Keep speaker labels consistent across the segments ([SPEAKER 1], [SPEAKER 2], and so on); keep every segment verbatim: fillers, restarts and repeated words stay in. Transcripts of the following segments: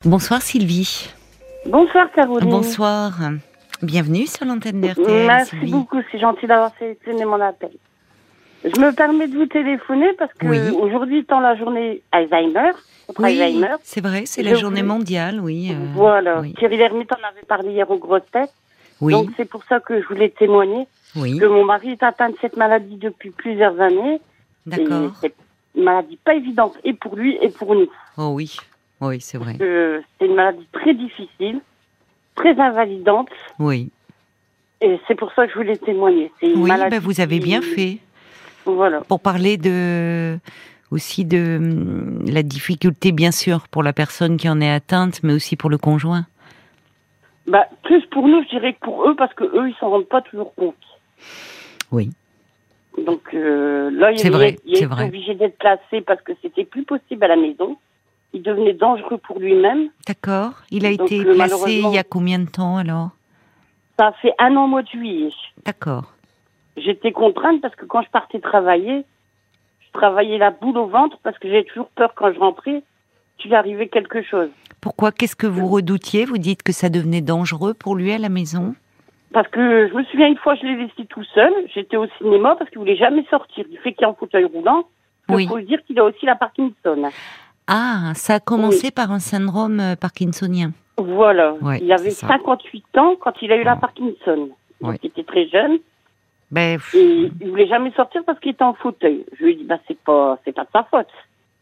[SPEAKER 1] Bonsoir Sylvie.
[SPEAKER 2] Bonsoir Caroline.
[SPEAKER 1] Bonsoir. Bienvenue sur l'antenne d'R T L.
[SPEAKER 2] Merci
[SPEAKER 1] Sylvie.
[SPEAKER 2] beaucoup, c'est gentil d'avoir sélectionné mon appel. Je me permets de vous téléphoner parce que
[SPEAKER 1] Oui.
[SPEAKER 2] aujourd'hui étant la journée Alzheimer, contre
[SPEAKER 1] Oui,
[SPEAKER 2] Alzheimer.
[SPEAKER 1] c'est vrai, c'est
[SPEAKER 2] Je
[SPEAKER 1] la journée
[SPEAKER 2] voulais-
[SPEAKER 1] mondiale, oui. euh,
[SPEAKER 2] Voilà,
[SPEAKER 1] Oui.
[SPEAKER 2] Thierry Lhermitte en avait parlé hier aux grosses têtes.
[SPEAKER 1] Oui,
[SPEAKER 2] Donc c'est pour ça que je voulais témoigner
[SPEAKER 1] oui,
[SPEAKER 2] que mon mari est atteint de cette maladie depuis plusieurs années.
[SPEAKER 1] d'accord.
[SPEAKER 2] Et c'est une maladie pas évidente et pour lui et pour nous.
[SPEAKER 1] Oh oui, oui, c'est vrai.
[SPEAKER 2] Euh, c'est une maladie très difficile, très invalidante.
[SPEAKER 1] Oui,
[SPEAKER 2] Et c'est pour ça que je voulais témoigner. C'est une
[SPEAKER 1] oui,
[SPEAKER 2] maladie
[SPEAKER 1] ben vous avez
[SPEAKER 2] qui-
[SPEAKER 1] bien fait.
[SPEAKER 2] Voilà.
[SPEAKER 1] Pour parler de aussi de hum, la difficulté, bien sûr, pour la personne qui en est atteinte, mais aussi pour le conjoint.
[SPEAKER 2] Bah, plus pour nous, je dirais que pour eux, parce que eux, ils s'en rendent pas toujours compte.
[SPEAKER 1] Oui,
[SPEAKER 2] Donc euh, là, il,
[SPEAKER 1] C'est
[SPEAKER 2] il
[SPEAKER 1] vrai,
[SPEAKER 2] est- il
[SPEAKER 1] c'est
[SPEAKER 2] est
[SPEAKER 1] vrai.
[SPEAKER 2] obligé d'être placé parce que c'était plus possible à la maison. Il devenait dangereux pour lui-même.
[SPEAKER 1] d'accord. Il a
[SPEAKER 2] Donc,
[SPEAKER 1] été
[SPEAKER 2] euh,
[SPEAKER 1] placé
[SPEAKER 2] malheureusement-
[SPEAKER 1] il y a combien de temps alors?
[SPEAKER 2] Ça a fait un an au mois de juillet.
[SPEAKER 1] D'accord.
[SPEAKER 2] J'étais contrainte parce que quand je partais travailler, je travaillais la boule au ventre parce que j'avais toujours peur quand je rentrais qu'il arrivait quelque chose.
[SPEAKER 1] Pourquoi? Qu'est-ce que vous redoutiez? Vous dites que ça devenait dangereux pour lui à la maison?
[SPEAKER 2] Parce que je me souviens une fois, je l'ai laissé tout seul. J'étais au cinéma parce qu'il voulait jamais sortir. Du fait qu'il est en fauteuil roulant, il
[SPEAKER 1] Oui.
[SPEAKER 2] faut se dire qu'il a aussi la Parkinson.
[SPEAKER 1] Ah, ça a commencé par un syndrome euh, parkinsonien.
[SPEAKER 2] Voilà.
[SPEAKER 1] Ouais,
[SPEAKER 2] il avait
[SPEAKER 1] c'est ça.
[SPEAKER 2] cinquante-huit ans quand il a eu la
[SPEAKER 1] Ouais.
[SPEAKER 2] Parkinson. Donc
[SPEAKER 1] Ouais.
[SPEAKER 2] il était très jeune
[SPEAKER 1] Ben, pff,
[SPEAKER 2] et il voulait jamais sortir parce qu'il était en fauteuil. Je lui ai dit bah c'est pas c'est pas de sa faute.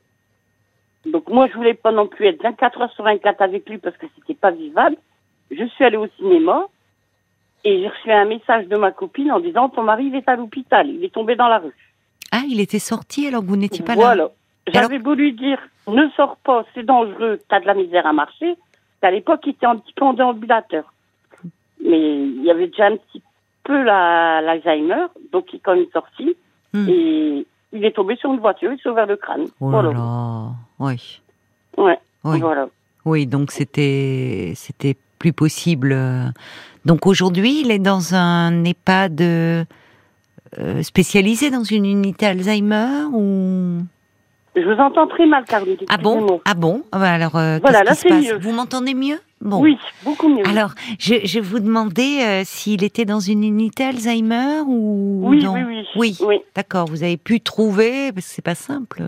[SPEAKER 2] Donc moi je voulais pas non plus être vingt-quatre heures sur vingt-quatre avec lui parce que c'était pas vivable. Je suis allée au cinéma et j'ai reçu un message de ma copine en disant ton mari il est à l'hôpital, il est tombé dans la rue.
[SPEAKER 1] ah, il était sorti alors que vous n'étiez pas là.
[SPEAKER 2] Voilà. J'avais
[SPEAKER 1] Alors-
[SPEAKER 2] beau lui dire ne sors pas, c'est dangereux, t'as de la misère à marcher. À l'époque, il était un petit peu en déambulateur. Mais il y avait déjà un petit peu la- l'Alzheimer, donc il est quand même sorti.
[SPEAKER 1] Hmm.
[SPEAKER 2] Et il est tombé sur une voiture, il s'est ouvert le crâne.
[SPEAKER 1] Oh là
[SPEAKER 2] voilà.
[SPEAKER 1] là. Oui.
[SPEAKER 2] Ouais,
[SPEAKER 1] Oui.
[SPEAKER 2] voilà.
[SPEAKER 1] Oui, donc c'était c'était plus possible. Donc aujourd'hui, il est dans un EHPAD euh, spécialisé dans une unité Alzheimer ou
[SPEAKER 2] Je vous entends très mal, Caroline.
[SPEAKER 1] Ah bon?
[SPEAKER 2] excusez-moi.
[SPEAKER 1] Ah bon? Ah bah alors euh,
[SPEAKER 2] Voilà, là,
[SPEAKER 1] qu'est-ce qui se
[SPEAKER 2] c'est
[SPEAKER 1] passe?
[SPEAKER 2] mieux.
[SPEAKER 1] Vous m'entendez mieux? Bon.
[SPEAKER 2] Oui, beaucoup mieux.
[SPEAKER 1] Alors, je, je vous demandais euh, s'il était dans une unité Alzheimer ou
[SPEAKER 2] oui,
[SPEAKER 1] dans...
[SPEAKER 2] oui, oui,
[SPEAKER 1] Oui,
[SPEAKER 2] oui.
[SPEAKER 1] d'accord. Vous avez pu trouver, parce que c'est pas simple.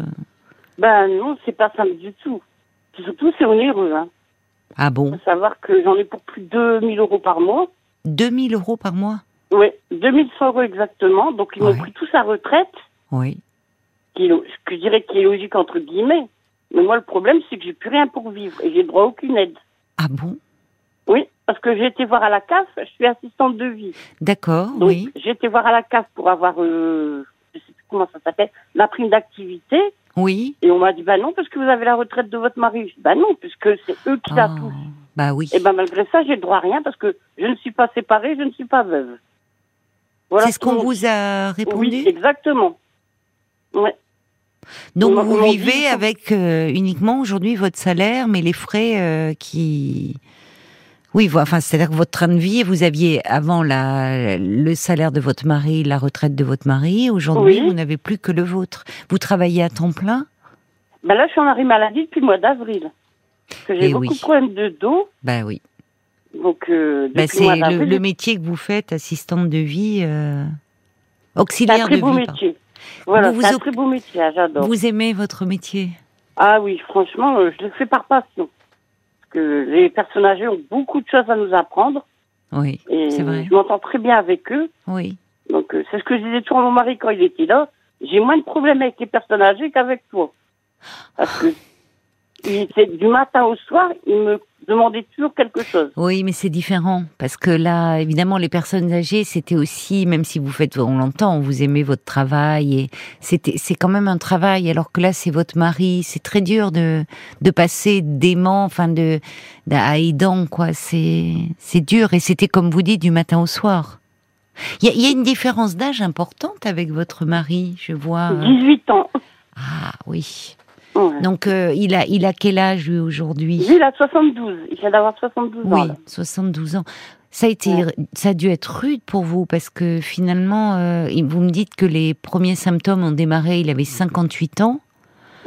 [SPEAKER 2] Ben non, c'est pas simple du tout. Surtout, c'est onéreux. Hein.
[SPEAKER 1] Ah bon?
[SPEAKER 2] Faut savoir que j'en ai pour plus de deux mille euros par mois.
[SPEAKER 1] deux mille euros par mois?
[SPEAKER 2] Oui, deux mille cent euros exactement. Donc, ils m'ont
[SPEAKER 1] Ouais.
[SPEAKER 2] pris tout sa retraite,
[SPEAKER 1] Oui.
[SPEAKER 2] qui est, lo- ce que je dirais qui est logique entre guillemets. Mais moi, le problème, c'est que j'ai plus rien pour vivre et j'ai droit à aucune aide.
[SPEAKER 1] Ah bon?
[SPEAKER 2] Oui, parce que j'ai été voir à la C A F, je suis assistante de vie.
[SPEAKER 1] D'accord,
[SPEAKER 2] Donc,
[SPEAKER 1] oui.
[SPEAKER 2] j'ai été voir à la C A F pour avoir, euh, je sais plus comment ça s'appelle, la prime d'activité.
[SPEAKER 1] Oui.
[SPEAKER 2] Et on m'a dit, bah non, parce que vous avez la retraite de votre mari. Je dis, bah non, puisque c'est eux qui la
[SPEAKER 1] Oh,
[SPEAKER 2] touchent.
[SPEAKER 1] bah oui.
[SPEAKER 2] Et ben malgré ça, j'ai le droit à rien parce que je ne suis pas séparée, je ne suis pas veuve. Voilà
[SPEAKER 1] C'est ce qu'on
[SPEAKER 2] qu'on-
[SPEAKER 1] vous a répondu?
[SPEAKER 2] Oui, exactement. Ouais.
[SPEAKER 1] Donc
[SPEAKER 2] on m'a-
[SPEAKER 1] vous
[SPEAKER 2] on m'a dit,
[SPEAKER 1] vivez
[SPEAKER 2] il faut-
[SPEAKER 1] avec euh, uniquement aujourd'hui votre salaire, mais les frais euh, qui... Oui, vo- enfin, c'est-à-dire que votre train de vie, vous aviez avant la, le salaire de votre mari, la retraite de votre mari. Aujourd'hui,
[SPEAKER 2] Oui.
[SPEAKER 1] vous n'avez plus que le vôtre. Vous travaillez à temps plein?
[SPEAKER 2] Ben là, je suis en arrêt maladie depuis le mois d'avril. Parce que j'ai
[SPEAKER 1] Eh
[SPEAKER 2] beaucoup
[SPEAKER 1] oui.
[SPEAKER 2] de problèmes de dos.
[SPEAKER 1] Ben oui.
[SPEAKER 2] Donc, euh, depuis
[SPEAKER 1] Ben,
[SPEAKER 2] le
[SPEAKER 1] c'est
[SPEAKER 2] mois
[SPEAKER 1] le,
[SPEAKER 2] d'avril,
[SPEAKER 1] le métier que vous faites, assistante de vie, euh,
[SPEAKER 2] c'est un
[SPEAKER 1] auxiliaire
[SPEAKER 2] très
[SPEAKER 1] de
[SPEAKER 2] beau
[SPEAKER 1] vie. pardon.
[SPEAKER 2] métier. Voilà,
[SPEAKER 1] Vous
[SPEAKER 2] c'est
[SPEAKER 1] vous
[SPEAKER 2] un
[SPEAKER 1] oc-
[SPEAKER 2] très beau métier, hein, j'adore.
[SPEAKER 1] Vous aimez votre métier?
[SPEAKER 2] Ah oui, franchement, euh, je le fais par passion. Parce que les personnes âgées ont beaucoup de choses à nous apprendre.
[SPEAKER 1] Oui,
[SPEAKER 2] Et
[SPEAKER 1] c'est vrai.
[SPEAKER 2] je m'entends très bien avec eux.
[SPEAKER 1] Oui.
[SPEAKER 2] Donc, euh, c'est ce que je disais toujours à mon mari quand il était là. J'ai moins de problèmes avec les personnes âgées qu'avec toi. Parce que il, c'est du matin au soir, il me demandait toujours quelque chose.
[SPEAKER 1] Oui, mais c'est différent parce que là, évidemment, les personnes âgées, c'était aussi, même si vous faites, on l'entend, vous aimez votre travail et c'était, c'est quand même un travail. Alors que là, c'est votre mari, c'est très dur de de passer d'aimant, enfin de, de à aidant, quoi. C'est c'est dur et c'était comme vous dites du matin au soir. Il y a, il y a une différence d'âge importante avec votre mari, je vois.
[SPEAKER 2] dix-huit ans.
[SPEAKER 1] Ah oui.
[SPEAKER 2] Ouais.
[SPEAKER 1] Donc euh, il a il a quel âge lui aujourd'hui?
[SPEAKER 2] Lui, il a soixante-douze. Il vient d'avoir soixante-douze
[SPEAKER 1] Oui,
[SPEAKER 2] ans. Là.
[SPEAKER 1] soixante-douze ans. Ça a été,
[SPEAKER 2] Ouais.
[SPEAKER 1] ça a dû être rude pour vous parce que finalement, euh, vous me dites que les premiers symptômes ont démarré. Il avait cinquante-huit ans.
[SPEAKER 2] Ouais.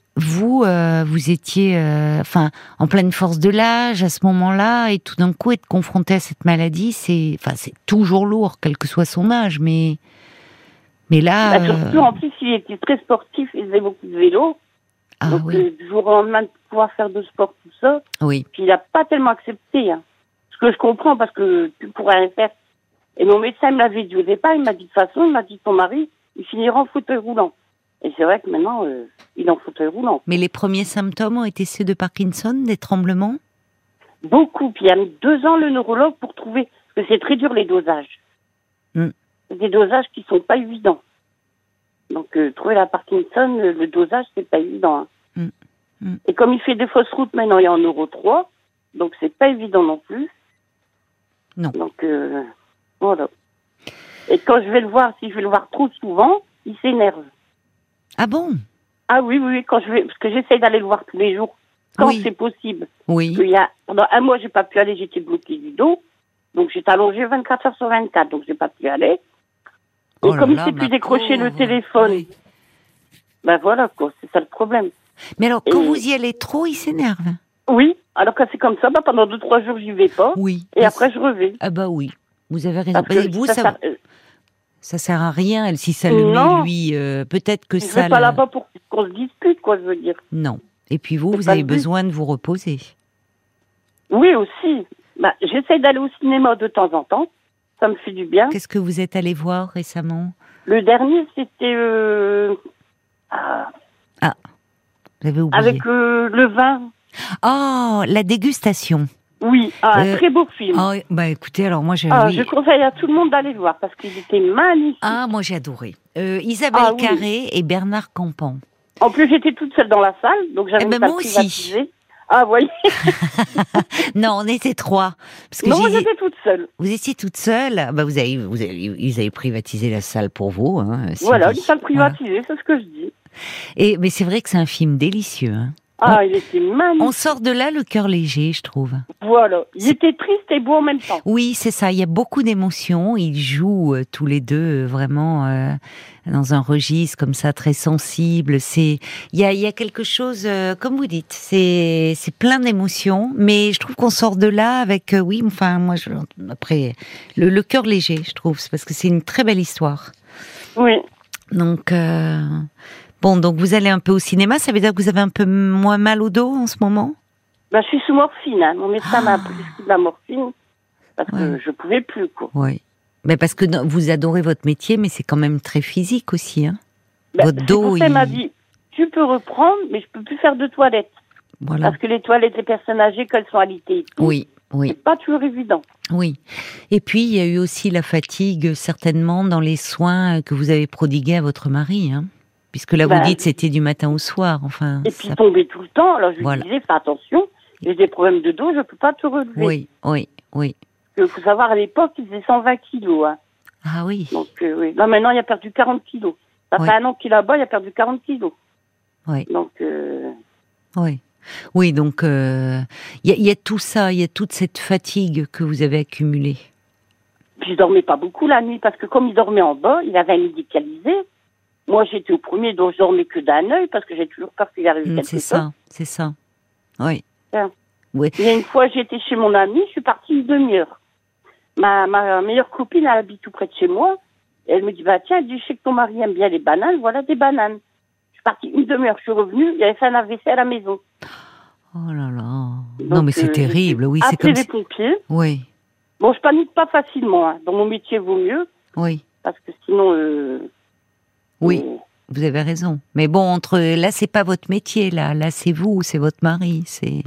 [SPEAKER 1] vous, euh, vous étiez, euh, enfin, en pleine force de l'âge à ce moment-là, et tout d'un coup être confronté à cette maladie, c'est, enfin, c'est toujours lourd, quel que soit son âge, mais, mais là.
[SPEAKER 2] Bah, surtout,
[SPEAKER 1] euh,
[SPEAKER 2] en plus, il était très sportif, il faisait beaucoup de vélo.
[SPEAKER 1] Ah
[SPEAKER 2] donc,
[SPEAKER 1] oui.
[SPEAKER 2] euh, du jour au lendemain, de pouvoir faire de sport, tout ça.
[SPEAKER 1] Oui.
[SPEAKER 2] Puis, il n'a pas tellement accepté. Hein. Ce que je comprends, parce que tu pourrais rien faire. Et mon médecin me l'avait dit au départ, il m'a dit de toute façon, il m'a dit ton mari, il finira en fauteuil roulant. Et c'est vrai que maintenant, euh, il est en fauteuil roulant.
[SPEAKER 1] Mais les premiers symptômes ont été ceux de Parkinson, des tremblements?
[SPEAKER 2] Beaucoup. Puis il y a mis deux ans le neurologue pour trouver, parce que c'est très dur les dosages.
[SPEAKER 1] Mm.
[SPEAKER 2] C'est des dosages qui sont pas évidents. Donc euh, trouver la Parkinson, le, le dosage, c'est pas évident. Hein.
[SPEAKER 1] Mm. Mm.
[SPEAKER 2] Et comme il fait des fausses routes maintenant, il est en euro trois, donc c'est pas évident non plus.
[SPEAKER 1] Non.
[SPEAKER 2] Donc euh, voilà. Et quand je vais le voir, si je vais le voir trop souvent, il s'énerve.
[SPEAKER 1] Ah bon?
[SPEAKER 2] Ah oui, oui, oui, quand je vais, parce que j'essaie d'aller le voir tous les jours, quand
[SPEAKER 1] Oui.
[SPEAKER 2] c'est possible.
[SPEAKER 1] Oui.
[SPEAKER 2] Il y a, pendant un mois, j'ai pas pu aller, j'étais bloquée du dos, donc j'étais allongée vingt-quatre heures sur vingt-quatre, donc j'ai pas pu aller. Et
[SPEAKER 1] Oh là
[SPEAKER 2] comme il
[SPEAKER 1] là,
[SPEAKER 2] sait plus
[SPEAKER 1] ma
[SPEAKER 2] décrocher le
[SPEAKER 1] pauvre.
[SPEAKER 2] téléphone,
[SPEAKER 1] Oui.
[SPEAKER 2] ben voilà quoi, c'est ça le problème.
[SPEAKER 1] Mais alors, quand
[SPEAKER 2] Et-
[SPEAKER 1] vous y allez trop, il s'énerve.
[SPEAKER 2] Oui, alors quand c'est comme ça, bah pendant deux trois jours j'y vais pas,
[SPEAKER 1] Oui.
[SPEAKER 2] et
[SPEAKER 1] Mais
[SPEAKER 2] après je reviens.
[SPEAKER 1] Ah bah oui, vous avez raison.
[SPEAKER 2] Parce que
[SPEAKER 1] Mais vous,
[SPEAKER 2] ça,
[SPEAKER 1] ça,
[SPEAKER 2] ça, euh,
[SPEAKER 1] ça sert à rien. elle, Si ça le
[SPEAKER 2] Non.
[SPEAKER 1] met lui, euh, peut-être que
[SPEAKER 2] je
[SPEAKER 1] ça.
[SPEAKER 2] vais pas
[SPEAKER 1] le-
[SPEAKER 2] là-bas pour qu'on se dispute, quoi, je veux dire.
[SPEAKER 1] Non. Et puis vous,
[SPEAKER 2] C'est
[SPEAKER 1] vous
[SPEAKER 2] pas
[SPEAKER 1] avez
[SPEAKER 2] le but.
[SPEAKER 1] besoin de vous reposer.
[SPEAKER 2] Oui aussi. Bah, j'essaie d'aller au cinéma de temps en temps, ça me fait du bien.
[SPEAKER 1] Qu'est-ce que vous êtes allé voir récemment?
[SPEAKER 2] Le dernier, c'était euh, ah,
[SPEAKER 1] Vous avez oublié.
[SPEAKER 2] avec euh, le vin.
[SPEAKER 1] Oh, la dégustation.
[SPEAKER 2] Oui, ah, un
[SPEAKER 1] Euh,
[SPEAKER 2] très beau film.
[SPEAKER 1] Oh, bah écoutez, alors moi j'ai.
[SPEAKER 2] Ah,
[SPEAKER 1] oui.
[SPEAKER 2] je conseille à tout le monde d'aller le voir parce qu'il était magnifique.
[SPEAKER 1] Ah, moi j'ai adoré. Euh, Isabelle
[SPEAKER 2] Ah, oui.
[SPEAKER 1] Carré et Bernard Campan.
[SPEAKER 2] En plus, j'étais toute seule dans la salle, donc j'avais
[SPEAKER 1] Eh ben,
[SPEAKER 2] une salle
[SPEAKER 1] moi aussi.
[SPEAKER 2] privatisée. Ah, vous voyez.
[SPEAKER 1] Non, on était trois. Parce que
[SPEAKER 2] Non, moi
[SPEAKER 1] j'ai-
[SPEAKER 2] j'étais toute seule.
[SPEAKER 1] vous étiez toute seule. Bah vous avez, vous avez, ils avaient privatisé la salle pour vous. Hein,
[SPEAKER 2] Voilà,
[SPEAKER 1] Sylvie.
[SPEAKER 2] une salle
[SPEAKER 1] Voilà.
[SPEAKER 2] privatisée, c'est ce que je dis.
[SPEAKER 1] Et mais c'est vrai que c'est un film délicieux. Hein.
[SPEAKER 2] Ah, il était magnifique.
[SPEAKER 1] On sort de là le cœur léger, je trouve.
[SPEAKER 2] Voilà. Il était triste et beau en même temps.
[SPEAKER 1] Oui, c'est ça. Il y a beaucoup d'émotions. Ils jouent euh, tous les deux euh, vraiment euh, dans un registre comme ça très sensible. C'est, il y a, il y a quelque chose, euh, comme vous dites, c'est, c'est plein d'émotions. Mais je trouve qu'on sort de là avec, euh, oui, enfin, moi, je, après, le, le cœur léger, je trouve, c'est parce que c'est une très belle histoire.
[SPEAKER 2] Oui.
[SPEAKER 1] Donc, euh, bon, donc vous allez un peu au cinéma. Ça veut dire que vous avez un peu moins mal au dos en ce moment?
[SPEAKER 2] Ben, je suis sous morphine. Hein. Mon médecin m'a
[SPEAKER 1] Ah.
[SPEAKER 2] prescrit de la morphine parce que
[SPEAKER 1] Ouais.
[SPEAKER 2] je pouvais plus, quoi.
[SPEAKER 1] Oui. Mais parce que dans- vous adorez votre métier, mais c'est quand même très physique aussi, hein.
[SPEAKER 2] Ben,
[SPEAKER 1] Votre
[SPEAKER 2] c'est
[SPEAKER 1] dos,
[SPEAKER 2] pour ça, il m'a
[SPEAKER 1] il-
[SPEAKER 2] dit, tu peux reprendre, mais je peux plus faire de toilettes.
[SPEAKER 1] Voilà.
[SPEAKER 2] Parce que les toilettes des personnes âgées, quand elles sont alitées et tout,
[SPEAKER 1] Oui, oui,
[SPEAKER 2] c'est pas toujours évident.
[SPEAKER 1] oui. Et puis, il y a eu aussi la fatigue, certainement, dans les soins que vous avez prodigués à votre mari, hein. Puisque là, vous
[SPEAKER 2] Ben,
[SPEAKER 1] dites c'était du matin au soir, enfin.
[SPEAKER 2] Et puis
[SPEAKER 1] ça-
[SPEAKER 2] tomber tout le temps. Alors je lui
[SPEAKER 1] Voilà.
[SPEAKER 2] disais, fais attention, j'ai des problèmes de dos, je peux pas te relever.
[SPEAKER 1] Oui, oui, oui.
[SPEAKER 2] Il faut savoir, à l'époque, il faisait cent vingt kilos. Hein.
[SPEAKER 1] Ah oui,
[SPEAKER 2] Donc, euh, oui. Là, maintenant, il a perdu quarante kilos. Ça
[SPEAKER 1] Oui.
[SPEAKER 2] fait un an qu'il est là-bas, il a perdu quarante kilos.
[SPEAKER 1] oui,
[SPEAKER 2] Donc, euh,
[SPEAKER 1] oui. Oui, donc, euh, il y, a- il y a tout ça, il y a toute cette fatigue que vous avez accumulée.
[SPEAKER 2] puis je dormais pas beaucoup la nuit, parce que comme il dormait en bas, il avait un médicalisé. Moi, j'étais au premier, donc je dormais que d'un œil, parce que j'ai toujours peur qu'il arrive
[SPEAKER 1] Mm,
[SPEAKER 2] quelque
[SPEAKER 1] c'est
[SPEAKER 2] chose.
[SPEAKER 1] ça, c'est ça. Oui.
[SPEAKER 2] Tiens.
[SPEAKER 1] Oui.
[SPEAKER 2] Il y a une fois, j'étais chez mon amie, je suis partie une demi-heure. Ma, ma meilleure copine, elle habite tout près de chez moi. Et elle me dit, bah tiens, elle dit, je sais que ton mari aime bien les bananes, voilà des bananes. Je suis partie une demi-heure, je suis revenue, il avait fait un A V C à la maison.
[SPEAKER 1] Oh là là. non,
[SPEAKER 2] Donc,
[SPEAKER 1] mais c'est
[SPEAKER 2] euh,
[SPEAKER 1] terrible. Oui, c'est
[SPEAKER 2] Appelez
[SPEAKER 1] comme
[SPEAKER 2] les
[SPEAKER 1] si...
[SPEAKER 2] pompiers.
[SPEAKER 1] Oui,
[SPEAKER 2] Bon, je panique pas facilement. Hein. Dans mon métier, vaut mieux,
[SPEAKER 1] oui,
[SPEAKER 2] parce que sinon... Euh,
[SPEAKER 1] oui.
[SPEAKER 2] euh,
[SPEAKER 1] Vous avez raison. Mais bon, entre là, c'est pas votre métier, là. Là, c'est vous, c'est votre mari, c'est.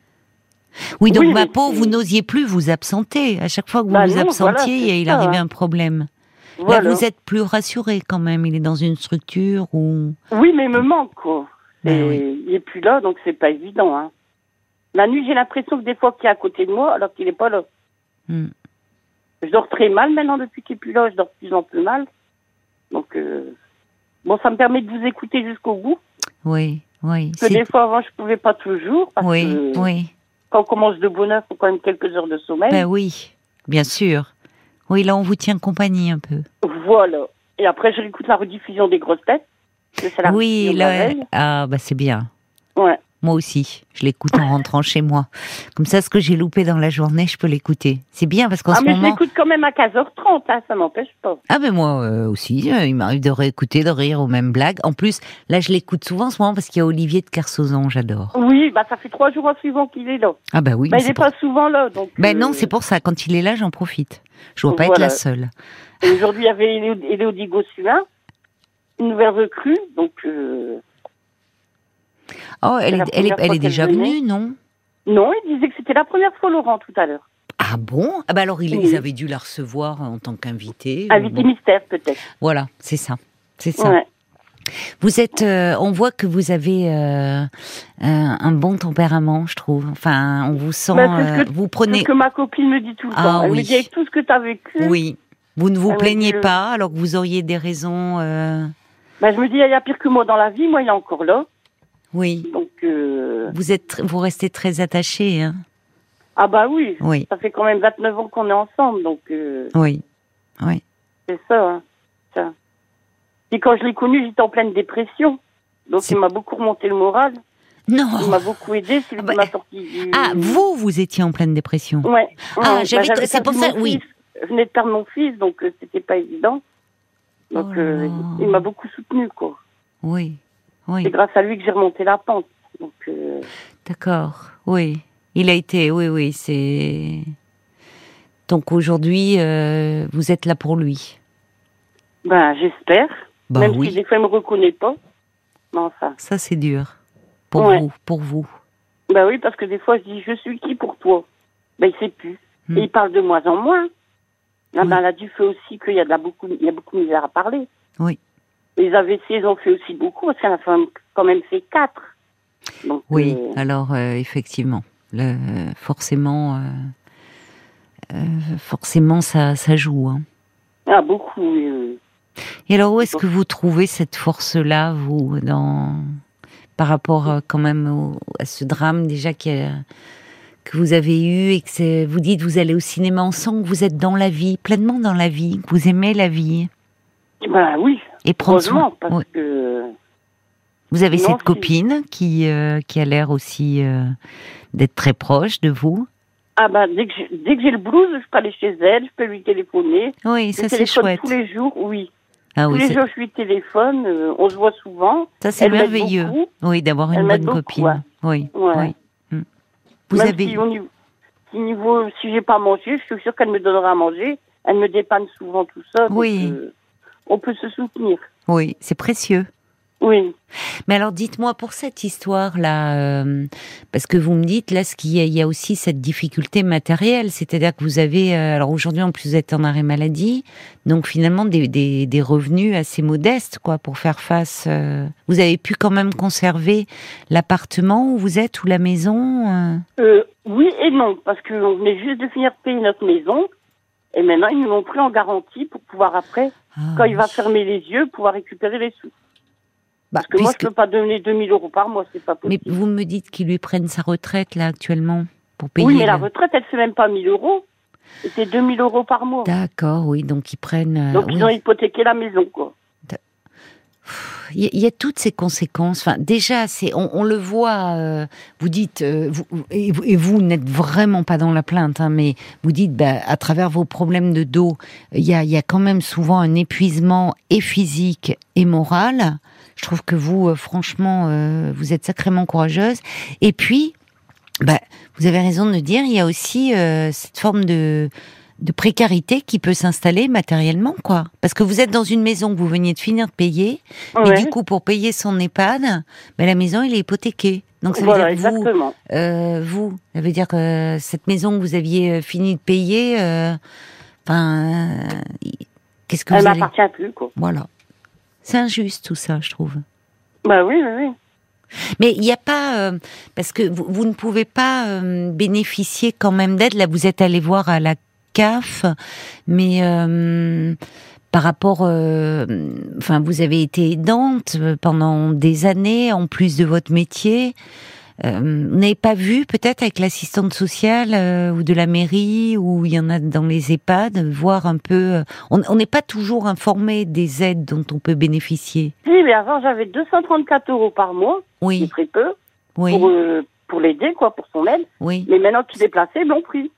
[SPEAKER 1] Oui, donc
[SPEAKER 2] Oui,
[SPEAKER 1] ma
[SPEAKER 2] mais
[SPEAKER 1] pauvre,
[SPEAKER 2] c'est-
[SPEAKER 1] vous n'osiez plus vous absenter. À chaque fois que vous
[SPEAKER 2] Bah
[SPEAKER 1] vous
[SPEAKER 2] non,
[SPEAKER 1] absentiez,
[SPEAKER 2] voilà,
[SPEAKER 1] il
[SPEAKER 2] c'est
[SPEAKER 1] il
[SPEAKER 2] ça,
[SPEAKER 1] arrivait
[SPEAKER 2] hein.
[SPEAKER 1] un problème.
[SPEAKER 2] voilà.
[SPEAKER 1] Là, vous êtes plus rassuré quand même. Il est dans une structure où.
[SPEAKER 2] Oui, mais il me manque, quoi.
[SPEAKER 1] Ben
[SPEAKER 2] Et
[SPEAKER 1] oui.
[SPEAKER 2] Il est plus là, donc c'est pas évident. Hein. La nuit, j'ai l'impression que des fois qu'il est à côté de moi, alors qu'il est pas là.
[SPEAKER 1] Hmm.
[SPEAKER 2] Je dors très mal maintenant depuis qu'il est plus là, je dors de plus en plus mal. Donc, euh, bon, ça me permet de vous écouter jusqu'au bout.
[SPEAKER 1] Oui, oui.
[SPEAKER 2] Parce que
[SPEAKER 1] c'est-
[SPEAKER 2] des fois, avant, je pouvais pas toujours. Parce
[SPEAKER 1] Oui,
[SPEAKER 2] que
[SPEAKER 1] oui.
[SPEAKER 2] quand on commence de bonne heure, il faut quand même quelques heures de sommeil.
[SPEAKER 1] Ben oui, bien sûr. Oui, là, on vous tient compagnie un peu.
[SPEAKER 2] Voilà. Et après, je réécoute la rediffusion des grosses têtes. que c'est la
[SPEAKER 1] Oui,
[SPEAKER 2] rediffusion de la
[SPEAKER 1] là,
[SPEAKER 2] veille.
[SPEAKER 1] ah, bah c'est bien.
[SPEAKER 2] Ouais.
[SPEAKER 1] Moi aussi, je l'écoute en rentrant chez moi. Comme ça, ce que j'ai loupé dans la journée, je peux l'écouter. C'est bien parce qu'en
[SPEAKER 2] Ah,
[SPEAKER 1] ce
[SPEAKER 2] mais
[SPEAKER 1] moment...
[SPEAKER 2] je l'écoute quand même à quinze heures trente, hein, ça m'empêche pas.
[SPEAKER 1] Ah ben moi euh, aussi, euh, il m'arrive de réécouter, de rire aux mêmes blagues. En plus, là, je l'écoute souvent en ce moment parce qu'il y a Olivier de Kersauzon, j'adore.
[SPEAKER 2] Oui, bah ça fait trois jours en suivant qu'il est là.
[SPEAKER 1] Ah bah oui.
[SPEAKER 2] Bah,
[SPEAKER 1] mais
[SPEAKER 2] il n'est
[SPEAKER 1] pour...
[SPEAKER 2] pas souvent là, donc...
[SPEAKER 1] Ben
[SPEAKER 2] euh...
[SPEAKER 1] non, c'est pour ça. Quand il est là, j'en profite. Je dois pas
[SPEAKER 2] voilà.
[SPEAKER 1] être la seule.
[SPEAKER 2] Et aujourd'hui, il y avait Élodie Gossuin, une nouvelle recrue, donc... Euh...
[SPEAKER 1] Oh, elle est, elle est, elle est déjà venue,
[SPEAKER 2] venait.
[SPEAKER 1] non?
[SPEAKER 2] Non, il disait que c'était la première fois, Laurent, tout à l'heure.
[SPEAKER 1] Ah bon? Ah bah alors, ils,
[SPEAKER 2] oui.
[SPEAKER 1] ils avaient dû la recevoir en tant qu'invité.
[SPEAKER 2] Invité bon. Mystère, peut-être.
[SPEAKER 1] Voilà, c'est ça. C'est ça.
[SPEAKER 2] Ouais.
[SPEAKER 1] Vous êtes, euh, on voit que vous avez euh, un, un bon tempérament, je trouve. Enfin, on vous sent,
[SPEAKER 2] bah, que,
[SPEAKER 1] euh, vous prenez.
[SPEAKER 2] C'est ce que ma copine me dit tout le
[SPEAKER 1] ah,
[SPEAKER 2] temps. Elle
[SPEAKER 1] oui.
[SPEAKER 2] me dit avec tout ce que tu as vécu.
[SPEAKER 1] Oui. Vous ne vous
[SPEAKER 2] elle
[SPEAKER 1] plaignez
[SPEAKER 2] dit,
[SPEAKER 1] pas, alors que vous auriez des raisons. Euh...
[SPEAKER 2] Bah, je me dis, il y a pire que moi dans la vie. Moi, il est encore là.
[SPEAKER 1] Oui.
[SPEAKER 2] Donc. Euh...
[SPEAKER 1] Vous êtes, vous restez très attachés, hein.
[SPEAKER 2] Ah bah oui.
[SPEAKER 1] Oui.
[SPEAKER 2] Ça fait quand même vingt-neuf ans qu'on est ensemble, donc. Euh...
[SPEAKER 1] Oui. Oui.
[SPEAKER 2] C'est ça. Hein. ça. Et quand je l'ai connu, j'étais en pleine dépression. Donc il m'a beaucoup remonté le moral.
[SPEAKER 1] Non.
[SPEAKER 2] Il m'a beaucoup aidé. C'est lui
[SPEAKER 1] ah bah...
[SPEAKER 2] qui m'a sorti du...
[SPEAKER 1] Ah, vous, vous étiez en pleine dépression.
[SPEAKER 2] Ouais.
[SPEAKER 1] Ah,
[SPEAKER 2] ouais.
[SPEAKER 1] j'avais...
[SPEAKER 2] Bah,
[SPEAKER 1] c'est pour ça, oui.
[SPEAKER 2] Fils. Je venais de perdre mon fils, donc euh, c'était pas évident. Donc
[SPEAKER 1] oh
[SPEAKER 2] euh, il m'a beaucoup soutenu, quoi.
[SPEAKER 1] Oui. Oui.
[SPEAKER 2] C'est grâce à lui que j'ai remonté la pente. Donc. Euh...
[SPEAKER 1] D'accord. Oui. Il a été, oui, oui, c'est... Donc aujourd'hui, euh, vous êtes là pour lui.
[SPEAKER 2] Ben, j'espère.
[SPEAKER 1] Bah,
[SPEAKER 2] Même
[SPEAKER 1] oui.
[SPEAKER 2] si des fois, il me reconnaît pas. Mais enfin.
[SPEAKER 1] Ça, c'est dur. Pour
[SPEAKER 2] ouais.
[SPEAKER 1] vous, pour vous.
[SPEAKER 2] Ben oui, parce que des fois, je dis, je suis qui pour toi? Ben, il sait plus. Hmm. Et il parle de moins en moins. Là, oui. ben, là, du fait aussi qu'il y a de la beaucoup, il y a beaucoup de misère à parler.
[SPEAKER 1] Oui.
[SPEAKER 2] Les A V C, ils ont fait aussi beaucoup, parce qu'on a quand même fait quatre. Donc,
[SPEAKER 1] oui,
[SPEAKER 2] euh...
[SPEAKER 1] alors, euh, effectivement. Le, forcément, euh, euh, forcément, ça, ça joue. Hein.
[SPEAKER 2] Ah, beaucoup. Euh...
[SPEAKER 1] Et alors, où est-ce que vous trouvez cette force-là, vous, dans, par rapport euh, quand même au, à ce drame déjà qui a, que vous avez eu et que c'est, vous dites, vous allez au cinéma, on sent que vous êtes dans la vie, pleinement dans la vie, que vous aimez la vie.
[SPEAKER 2] Ben oui.
[SPEAKER 1] Et prendre soin.
[SPEAKER 2] Parce
[SPEAKER 1] oui.
[SPEAKER 2] que
[SPEAKER 1] vous avez
[SPEAKER 2] non,
[SPEAKER 1] cette
[SPEAKER 2] si...
[SPEAKER 1] copine qui, euh, qui a l'air aussi euh, d'être très proche de vous.
[SPEAKER 2] Ah ben, dès que, je, dès que j'ai le blues, je peux aller chez elle, je peux lui téléphoner.
[SPEAKER 1] Oui,
[SPEAKER 2] je
[SPEAKER 1] ça c'est chouette.
[SPEAKER 2] Tous les jours, oui.
[SPEAKER 1] Ah,
[SPEAKER 2] tous
[SPEAKER 1] oui,
[SPEAKER 2] les
[SPEAKER 1] c'est...
[SPEAKER 2] jours, je lui téléphone, euh, on se voit souvent.
[SPEAKER 1] Ça c'est
[SPEAKER 2] elle
[SPEAKER 1] merveilleux. Oui, d'avoir une
[SPEAKER 2] elle
[SPEAKER 1] bonne
[SPEAKER 2] beaucoup,
[SPEAKER 1] copine.
[SPEAKER 2] Ouais.
[SPEAKER 1] Oui,
[SPEAKER 2] ouais.
[SPEAKER 1] oui. Hum. Vous
[SPEAKER 2] Même
[SPEAKER 1] avez...
[SPEAKER 2] si, au niveau, si, niveau, si j'ai pas mangé, je suis sûre qu'elle me donnera à manger. Elle me dépanne souvent tout ça.
[SPEAKER 1] Oui.
[SPEAKER 2] Donc, euh, on peut se soutenir.
[SPEAKER 1] Oui, c'est précieux.
[SPEAKER 2] Oui.
[SPEAKER 1] Mais alors, dites-moi, pour cette histoire-là, euh, parce que vous me dites, là, ce qu'il y a, il y a aussi cette difficulté matérielle, c'est-à-dire que vous avez, euh, alors aujourd'hui, en plus, vous êtes en arrêt maladie, donc finalement, des, des, des revenus assez modestes, quoi, pour faire face. Euh, vous avez pu quand même conserver l'appartement où vous êtes, ou la maison euh...
[SPEAKER 2] Euh, oui et non, parce qu'on venait juste de finir de payer notre maison, et maintenant, ils nous l'ont pris en garantie pour pouvoir après, ah, quand oui. il va fermer les yeux, pouvoir récupérer les sous.
[SPEAKER 1] Bah,
[SPEAKER 2] Parce que puisque... moi, je ne peux pas donner deux mille euros par mois, c'est pas possible.
[SPEAKER 1] Mais vous me dites qu'ils lui prennent sa retraite, là, actuellement, pour payer...
[SPEAKER 2] Oui, mais
[SPEAKER 1] le...
[SPEAKER 2] la retraite, elle ne fait même pas mille euros. C'est deux mille euros par mois.
[SPEAKER 1] D'accord, oui, donc ils prennent... Euh,
[SPEAKER 2] donc
[SPEAKER 1] oui.
[SPEAKER 2] ils ont hypothéqué la maison, quoi.
[SPEAKER 1] Il y, a, il y a toutes ces conséquences. Enfin, déjà, c'est, on, on le voit. Euh, vous dites, euh, vous, et, vous, et vous n'êtes vraiment pas dans la plainte, hein, mais vous dites, bah, à travers vos problèmes de dos, il y a, il y a quand même souvent un épuisement et physique et moral. Je trouve que vous, euh, franchement, euh, vous êtes sacrément courageuse. Et puis, bah, vous avez raison de dire, il y a aussi euh, cette forme de de précarité qui peut s'installer matériellement, quoi. Parce que vous êtes dans une maison que vous veniez de finir de payer,
[SPEAKER 2] ouais.
[SPEAKER 1] mais du coup, pour payer son EHPAD, ben, la maison, elle est hypothéquée. Donc, ça veut
[SPEAKER 2] voilà,
[SPEAKER 1] dire que vous, euh, vous, ça veut dire que cette maison que vous aviez fini de payer, enfin, euh, qu'est-ce que
[SPEAKER 2] elle
[SPEAKER 1] vous allez...
[SPEAKER 2] m'appartient plus, quoi.
[SPEAKER 1] Voilà. C'est injuste, tout ça, je trouve.
[SPEAKER 2] Bah oui, oui, oui.
[SPEAKER 1] Mais il n'y a pas... Euh, parce que vous, vous ne pouvez pas euh, bénéficier quand même d'aide. Là, vous êtes allé voir à la C A F, mais euh, par rapport, euh, enfin, vous avez été aidante pendant des années, en plus de votre métier. Euh, vous n'avez pas vu, peut-être avec l'assistante sociale euh, ou de la mairie, ou il y en a dans les EHPAD, voir un peu. Euh, on n'est pas toujours informé des aides dont on peut bénéficier.
[SPEAKER 2] Oui, mais avant j'avais deux cent trente-quatre euros par mois.
[SPEAKER 1] Oui.
[SPEAKER 2] C'est très peu.
[SPEAKER 1] Oui.
[SPEAKER 2] pour, euh, pour l'aider, quoi, pour son aide.
[SPEAKER 1] Oui.
[SPEAKER 2] Mais maintenant qu'il est déplacé, ils l'ont pris.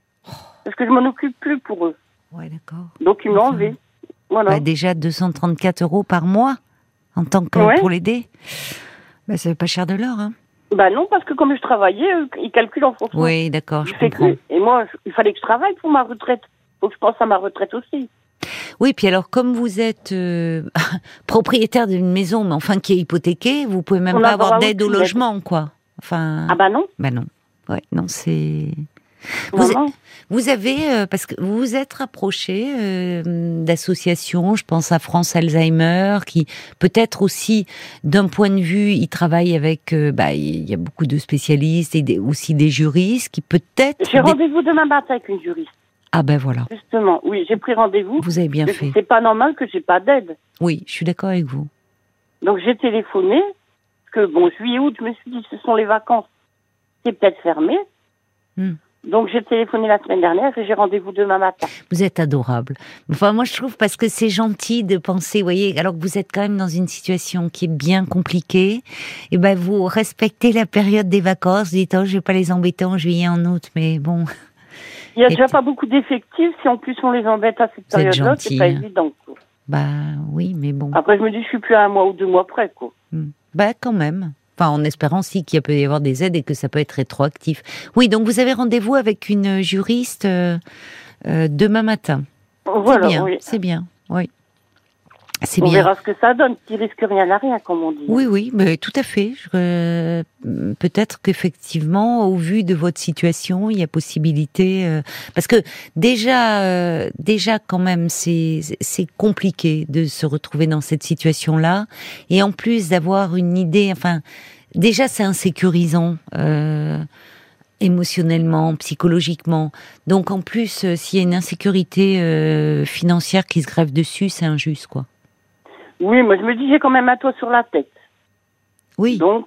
[SPEAKER 2] Parce que je m'en occupe plus pour eux.
[SPEAKER 1] Ouais, d'accord.
[SPEAKER 2] Donc ils m'ont
[SPEAKER 1] Enfin,
[SPEAKER 2] enlevé. Voilà.
[SPEAKER 1] Bah, déjà deux cent trente-quatre euros par mois en tant que
[SPEAKER 2] Ouais.
[SPEAKER 1] pour l'aider. Bah, ça fait pas cher de l'heure, hein.
[SPEAKER 2] Bah non, parce que comme je travaillais, euh, ils calculent en fonction.
[SPEAKER 1] Oui, d'accord,
[SPEAKER 2] Du
[SPEAKER 1] je
[SPEAKER 2] fait
[SPEAKER 1] comprends.
[SPEAKER 2] que- Et moi, je- il fallait que je travaille pour ma retraite. Faut que je pense à ma retraite aussi.
[SPEAKER 1] Oui, puis alors comme vous êtes euh, propriétaire d'une maison, mais enfin qui est hypothéquée, vous pouvez même
[SPEAKER 2] On
[SPEAKER 1] pas
[SPEAKER 2] a
[SPEAKER 1] avoir
[SPEAKER 2] droit à
[SPEAKER 1] d'aide au
[SPEAKER 2] aucune aide.
[SPEAKER 1] logement, quoi. Enfin,
[SPEAKER 2] Ah bah non.
[SPEAKER 1] bah non. Ouais, non, c'est.
[SPEAKER 2] Non,
[SPEAKER 1] Vous,
[SPEAKER 2] non.
[SPEAKER 1] vous avez, euh, parce que vous vous êtes rapproché euh, d'associations, je pense à France Alzheimer, qui peut-être aussi, d'un point de vue, ils travaillent avec, euh, bah, il y a beaucoup de spécialistes et des- aussi des juristes qui peut-être.
[SPEAKER 2] J'ai
[SPEAKER 1] dé-
[SPEAKER 2] rendez-vous demain matin avec une juriste.
[SPEAKER 1] Ah ben voilà,
[SPEAKER 2] Justement, oui, j'ai pris rendez-vous.
[SPEAKER 1] vous avez bien
[SPEAKER 2] Parce que
[SPEAKER 1] fait.
[SPEAKER 2] C'est pas normal que j'ai pas d'aide.
[SPEAKER 1] Oui, je suis d'accord avec vous.
[SPEAKER 2] Donc j'ai téléphoné. Parce que bon, juillet, août, je me suis dit, ce sont les vacances. C'est peut-être fermé.
[SPEAKER 1] Hmm.
[SPEAKER 2] Donc j'ai téléphoné la semaine dernière et j'ai rendez-vous demain matin.
[SPEAKER 1] Vous êtes adorable. Enfin, moi, je trouve parce que c'est gentil de penser, vous voyez, alors que vous êtes quand même dans une situation qui est bien compliquée, et ben vous respectez la période des vacances. Vous dites, oh, je vais pas les embêter en juillet, en août, mais bon.
[SPEAKER 2] Il y a
[SPEAKER 1] Et
[SPEAKER 2] déjà
[SPEAKER 1] t-
[SPEAKER 2] pas beaucoup d'effectifs. Si en plus on les embête à cette
[SPEAKER 1] Vous êtes
[SPEAKER 2] période-là, c'est pas
[SPEAKER 1] gentil, hein.
[SPEAKER 2] évident, quoi.
[SPEAKER 1] Bah oui, mais bon.
[SPEAKER 2] Après, je me dis, je suis plus à un mois ou deux mois près, quoi.
[SPEAKER 1] Hmm. Bah quand même. Enfin, en espérant si qu'il peut y avoir des aides et que ça peut être rétroactif. Oui, donc vous avez rendez-vous avec une juriste euh, euh, demain matin.
[SPEAKER 2] Voilà,
[SPEAKER 1] c'est bien,
[SPEAKER 2] oui.
[SPEAKER 1] c'est bien. Oui, c'est
[SPEAKER 2] On
[SPEAKER 1] bien.
[SPEAKER 2] verra ce que ça donne. Qui risque rien à rien, comme on dit.
[SPEAKER 1] Oui, oui, mais tout à fait. Je- euh, peut-être qu'effectivement, au vu de votre situation, il y a possibilité, euh, parce que déjà, euh, déjà quand même, c'est c'est compliqué de se retrouver dans cette situation-là, et en plus d'avoir une idée, enfin, déjà c'est insécurisant. Euh, émotionnellement, psychologiquement. Donc en plus, euh, s'il y a une insécurité euh, financière qui se grève dessus, c'est injuste, quoi.
[SPEAKER 2] Oui, moi je me dis, j'ai quand même un toit sur la tête.
[SPEAKER 1] Oui.
[SPEAKER 2] Donc,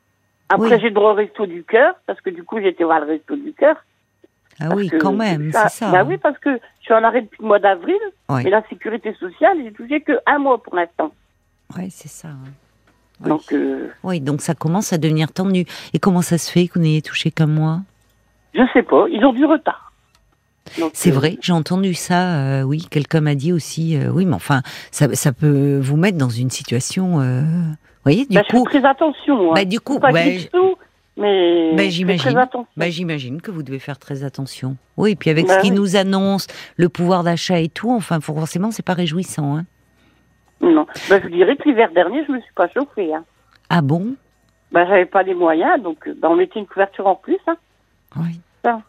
[SPEAKER 2] après
[SPEAKER 1] Oui.
[SPEAKER 2] j'ai droit au resto du cœur, parce que du coup j'étais voir le resto du cœur.
[SPEAKER 1] Ah
[SPEAKER 2] Parce
[SPEAKER 1] oui,
[SPEAKER 2] que
[SPEAKER 1] quand même,
[SPEAKER 2] ça-
[SPEAKER 1] c'est ça.
[SPEAKER 2] Bah oui, parce que je suis en arrêt depuis le mois d'avril,
[SPEAKER 1] Ouais.
[SPEAKER 2] mais la sécurité sociale, j'ai touché que un mois pour l'instant.
[SPEAKER 1] Ouais, c'est ça. hein. Oui.
[SPEAKER 2] Donc, euh,
[SPEAKER 1] Oui, donc ça commence à devenir tendu. Et comment ça se fait que vous n'ayez touché qu'un mois?
[SPEAKER 2] je sais pas, ils ont du retard. Donc,
[SPEAKER 1] C'est
[SPEAKER 2] euh,
[SPEAKER 1] vrai, j'ai entendu ça. euh, oui, quelqu'un m'a dit aussi. euh, oui, mais enfin, ça, ça peut vous mettre dans une situation. euh, vous voyez, du
[SPEAKER 2] bah, je
[SPEAKER 1] coup,
[SPEAKER 2] fais très attention. Moi.
[SPEAKER 1] bah, du coup,
[SPEAKER 2] pas
[SPEAKER 1] bah,
[SPEAKER 2] que du tout, mais
[SPEAKER 1] bah,
[SPEAKER 2] je fais
[SPEAKER 1] j'imagine.
[SPEAKER 2] très attention.
[SPEAKER 1] Bah, j'imagine que vous devez faire très attention. Oui, puis avec
[SPEAKER 2] Bah
[SPEAKER 1] ce qui
[SPEAKER 2] oui.
[SPEAKER 1] nous annonce, le pouvoir d'achat et tout, enfin, forcément, c'est pas réjouissant. Hein.
[SPEAKER 2] Non, bah, je vous dirais que l'hiver dernier, je me suis pas chauffée. Hein.
[SPEAKER 1] Ah bon?
[SPEAKER 2] Bah, j'avais pas les moyens, donc euh, bah, on mettait une couverture en plus. Hein.
[SPEAKER 1] Oui.
[SPEAKER 2] Ça.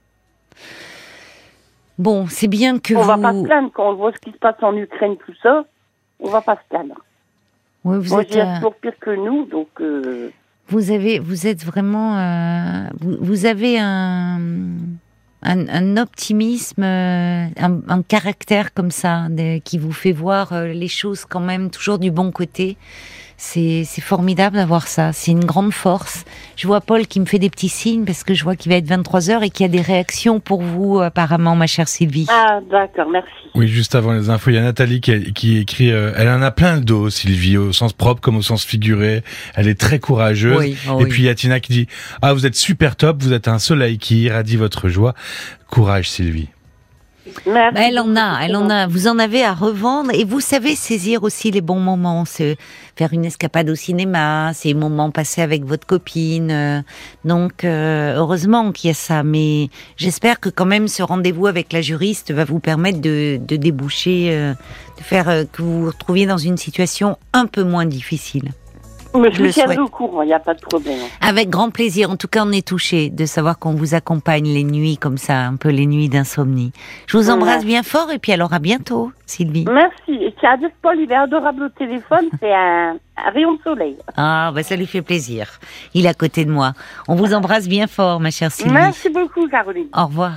[SPEAKER 1] Bon, c'est bien que
[SPEAKER 2] On
[SPEAKER 1] vous.
[SPEAKER 2] va pas se plaindre quand on voit ce qui se passe en Ukraine, tout ça. On va pas se plaindre.
[SPEAKER 1] Ouais, vous
[SPEAKER 2] Moi,
[SPEAKER 1] êtes,
[SPEAKER 2] j'ai
[SPEAKER 1] euh,
[SPEAKER 2] toujours pire que nous, donc. Euh...
[SPEAKER 1] Vous avez, vous êtes vraiment, euh, vous, vous avez un, un, un optimisme, euh, un, un caractère comme ça, de- qui vous fait voir euh, les choses quand même toujours du bon côté. C'est, c'est formidable d'avoir ça. C'est une grande force. Je vois Paul qui me fait des petits signes parce que je vois qu'il va être vingt-trois heures et qu'il y a des réactions pour vous apparemment, ma chère Sylvie.
[SPEAKER 2] Ah, d'accord, merci.
[SPEAKER 3] Oui, juste avant les infos, il y a Nathalie qui, qui écrit euh, elle en a plein le dos, Sylvie, au sens propre comme au sens figuré. Elle est très courageuse.
[SPEAKER 1] Oui, oh
[SPEAKER 3] Et
[SPEAKER 1] oui.
[SPEAKER 3] puis il y a Tina qui dit ah, vous êtes super top, vous êtes un soleil qui irradie votre joie. Courage, Sylvie.
[SPEAKER 2] Merci.
[SPEAKER 1] Bah, elle en
[SPEAKER 2] beaucoup,
[SPEAKER 1] a,
[SPEAKER 2] c'est
[SPEAKER 1] elle en a. Vous en avez à revendre et vous savez saisir aussi les bons moments. Se faire une escapade au cinéma, ces moments passés avec votre copine. euh, Donc euh, heureusement qu'il y a ça. Mais j'espère que quand même ce rendez-vous avec la juriste va vous permettre de, de déboucher, euh, de faire euh, que vous vous retrouviez dans une situation un peu moins difficile.
[SPEAKER 2] Mais je
[SPEAKER 1] je le
[SPEAKER 2] vous tiendrai
[SPEAKER 1] souhaite.
[SPEAKER 2] au courant, il n'y a pas de problème.
[SPEAKER 1] Avec grand plaisir. En tout cas, on est touchés de savoir qu'on vous accompagne les nuits comme ça, un peu les nuits d'insomnie. Je vous embrasse
[SPEAKER 2] Ouais.
[SPEAKER 1] bien fort et puis alors à bientôt, Sylvie.
[SPEAKER 2] Merci. Et tiens, Paul, il est adorable au téléphone, c'est un, un rayon de soleil.
[SPEAKER 1] Ah, bah ça lui fait plaisir. Il est à côté de moi. On vous embrasse bien fort, ma chère Sylvie.
[SPEAKER 2] Merci beaucoup, Caroline.
[SPEAKER 1] Au revoir.